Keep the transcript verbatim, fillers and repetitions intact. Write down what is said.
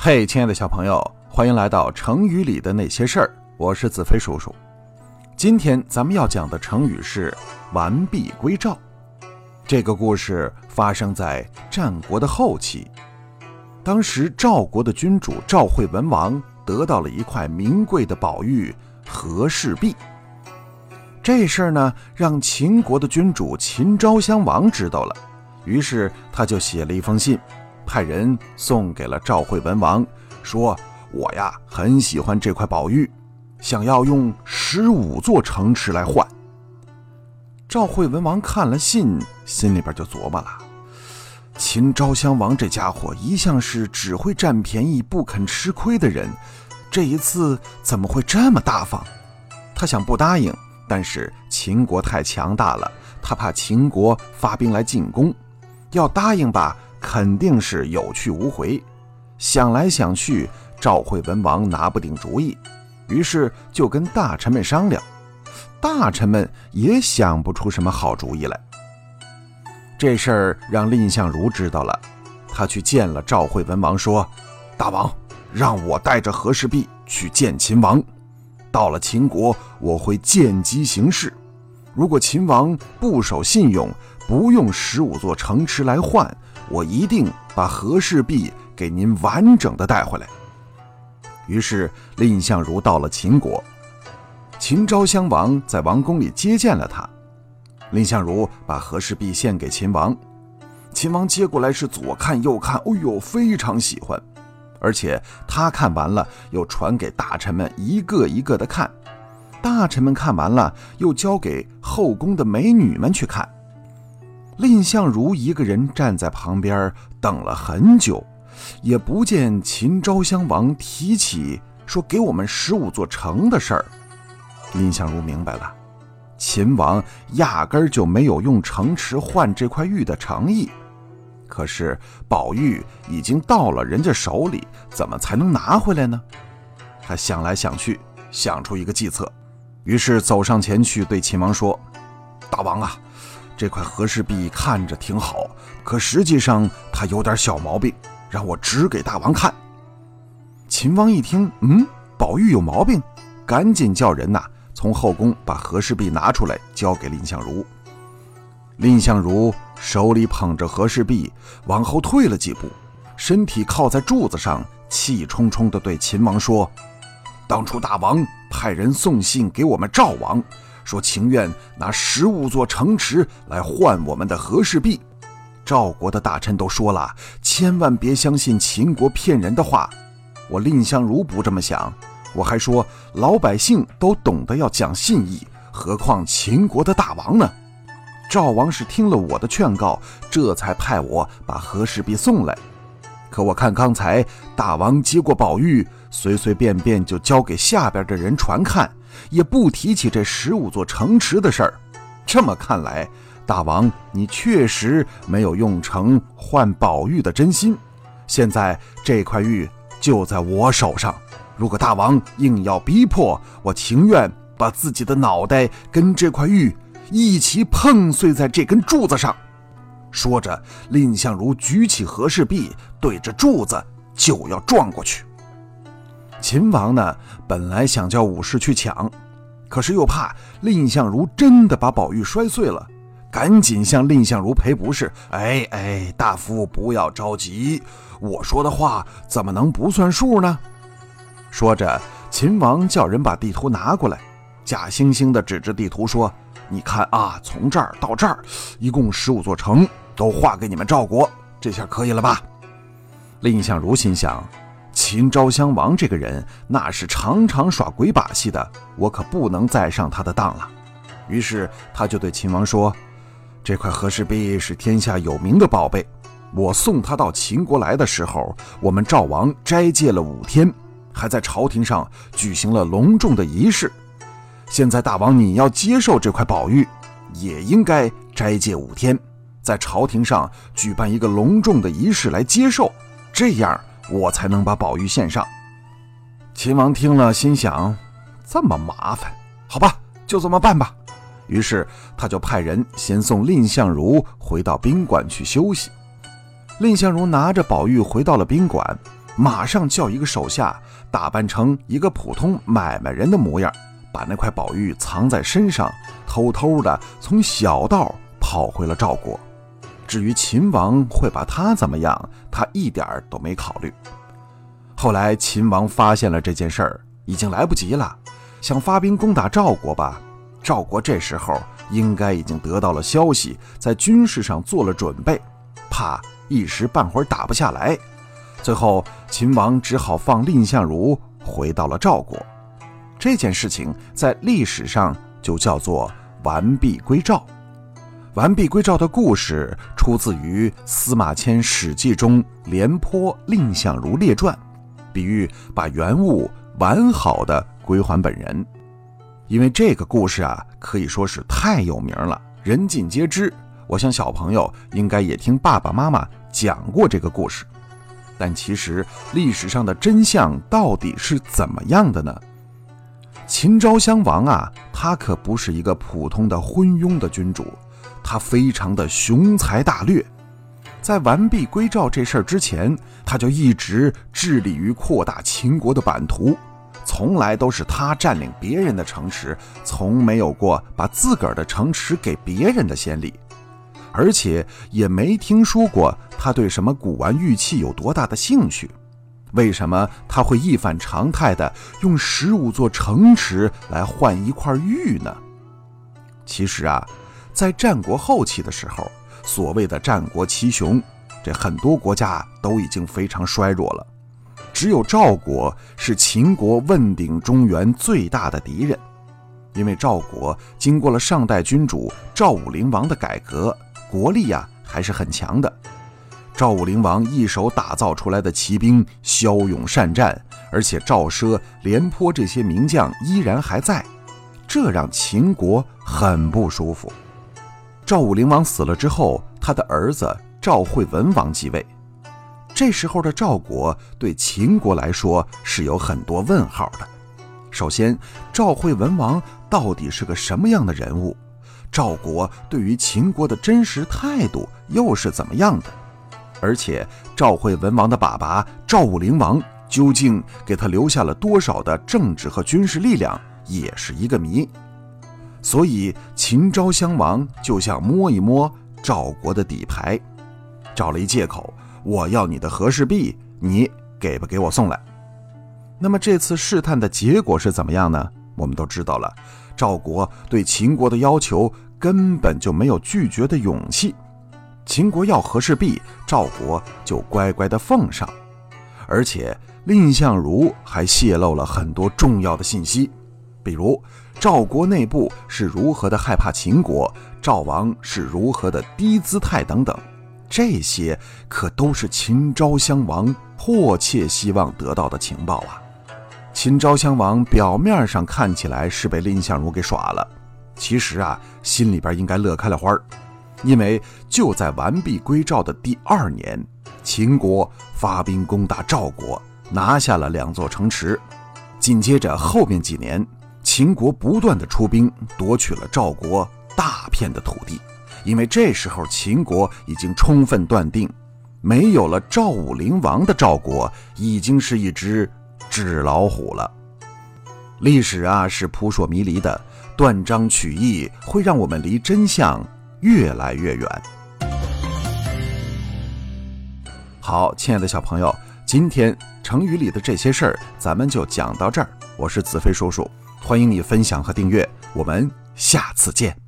嘿，亲爱的小朋友，欢迎来到成语里的那些事儿，我是子飞叔叔。今天咱们要讲的成语是完璧归赵。这个故事发生在战国的后期，当时赵国的君主赵惠文王得到了一块名贵的宝玉和氏璧。这事儿呢，让秦国的君主秦昭襄王知道了，于是他就写了一封信，派人送给了赵惠文王，说我呀很喜欢这块宝玉，想要用十五座城池来换。赵惠文王看了信，心里边就琢磨了，秦昭襄王这家伙一向是只会占便宜不肯吃亏的人，这一次怎么会这么大方？他想不答应，但是秦国太强大了，他怕秦国发兵来进攻，要答应吧肯定是有去无回。想来想去，赵惠文王拿不定主意，于是就跟大臣们商量，大臣们也想不出什么好主意来。这事儿让蔺相如知道了，他去见了赵惠文王，说大王，让我带着和氏璧去见秦王，到了秦国我会见机行事，如果秦王不守信用，不用十五座城池来换，我一定把和氏璧给您完整的带回来。于是蔺相如到了秦国，秦昭襄王在王宫里接见了他，蔺相如把和氏璧献给秦王，秦王接过来是左看右看，哎呦，非常喜欢，而且他看完了又传给大臣们一个一个的看，大臣们看完了又交给后宫的美女们去看。蔺相如一个人站在旁边等了很久，也不见秦昭襄王提起说给我们十五座城的事儿。蔺相如明白了，秦王压根儿就没有用城池换这块玉的诚意，可是宝玉已经到了人家手里，怎么才能拿回来呢？他想来想去，想出一个计策，于是走上前去对秦王说，大王啊，这块和氏璧看着挺好，可实际上它有点小毛病，让我指给大王看。秦王一听，嗯，宝玉有毛病，赶紧叫人呐、啊、从后宫把和氏璧拿出来交给蔺相如。蔺相如手里捧着和氏璧往后退了几步，身体靠在柱子上，气冲冲地对秦王说，当初大王派人送信给我们赵王，说情愿拿十五座城池来换我们的和氏璧。赵国的大臣都说了，千万别相信秦国骗人的话。我蔺相如不这么想，我还说老百姓都懂得要讲信义，何况秦国的大王呢？赵王是听了我的劝告，这才派我把和氏璧送来。可我看刚才大王接过宝玉，随随便便就交给下边的人传看，也不提起这十五座城池的事儿。这么看来，大王你确实没有用城换宝玉的真心。现在这块玉就在我手上，如果大王硬要逼迫，我情愿把自己的脑袋跟这块玉一起碰碎在这根柱子上。说着，蔺相如举起和氏璧，对着柱子就要撞过去。秦王呢，本来想叫武士去抢，可是又怕蔺相如真的把宝玉摔碎了，赶紧向蔺相如赔不是。哎哎，大夫不要着急，我说的话怎么能不算数呢？说着，秦王叫人把地图拿过来，假惺惺地指着地图说，你看啊，从这儿到这儿一共十五座城，都划给你们赵国，这下可以了吧？蔺相如心想，秦昭襄王这个人那是常常耍鬼把戏的，我可不能再上他的当了。于是他就对秦王说，这块和氏璧是天下有名的宝贝，我送他到秦国来的时候，我们赵王斋戒了五天，还在朝廷上举行了隆重的仪式。现在大王你要接受这块宝玉，也应该斋戒五天，在朝廷上举办一个隆重的仪式来接受，这样我才能把宝玉献上。秦王听了心想，这么麻烦，好吧，就这么办吧。于是他就派人先送蔺相如回到宾馆去休息。蔺相如拿着宝玉回到了宾馆， 马上叫一个手下打扮成一个普通买卖人的模样，把那块宝玉藏在身上，偷偷的从小道跑回了赵国。至于秦王会把他怎么样，他一点都没考虑。后来秦王发现了这件事儿，已经来不及了，想发兵攻打赵国吧，赵国这时候应该已经得到了消息，在军事上做了准备，怕一时半会儿打不下来。最后秦王只好放蔺相如回到了赵国。这件事情在历史上就叫做完璧归赵。完璧归赵的故事出自于司马迁《史记》中廉颇蔺相如列传，比喻把原物完好的归还本人。因为这个故事啊，可以说是太有名了，人尽皆知。我想小朋友应该也听爸爸妈妈讲过这个故事。但其实历史上的真相到底是怎么样的呢？秦昭襄王啊，他可不是一个普通的昏庸的君主，他非常的雄才大略。在完璧归赵这事儿之前，他就一直致力于扩大秦国的版图，从来都是他占领别人的城池，从没有过把自个儿的城池给别人的先例。而且也没听说过他对什么古玩玉器有多大的兴趣。为什么他会一反常态的用十五座城池来换一块玉呢？其实啊，在战国后期的时候，所谓的战国七雄，这很多国家都已经非常衰弱了，只有赵国是秦国问鼎中原最大的敌人。因为赵国经过了上代君主赵武灵王的改革，国力啊还是很强的。赵武灵王一手打造出来的骑兵骁勇善战，而且赵奢、廉颇这些名将依然还在，这让秦国很不舒服。赵武灵王死了之后，他的儿子赵惠文王继位。这时候的赵国对秦国来说是有很多问号的。首先，赵惠文王到底是个什么样的人物？赵国对于秦国的真实态度又是怎么样的？而且赵惠文王的爸爸赵武灵王究竟给他留下了多少的政治和军事力量，也是一个谜。所以秦昭襄王就想摸一摸赵国的底牌，找了一借口，我要你的和氏璧，你给不给我送来？那么这次试探的结果是怎么样呢？我们都知道了，赵国对秦国的要求根本就没有拒绝的勇气。秦国要和氏璧，赵国就乖乖的奉上。而且蔺相如还泄露了很多重要的信息，比如赵国内部是如何的害怕秦国，赵王是如何的低姿态等等，这些可都是秦昭襄王迫切希望得到的情报啊。秦昭襄王表面上看起来是被蔺相如给耍了，其实啊，心里边应该乐开了花。因为就在完璧归赵的第二年，秦国发兵攻打赵国，拿下了两座城池。紧接着后面几年，秦国不断的出兵夺取了赵国大片的土地。因为这时候秦国已经充分断定，没有了赵武灵王的赵国已经是一只纸老虎了。历史啊是扑朔迷离的，断章取义会让我们离真相越来越远。好，亲爱的小朋友，今天成语里的这些事儿咱们就讲到这儿。我是子飞叔叔，欢迎你分享和订阅，我们下次见。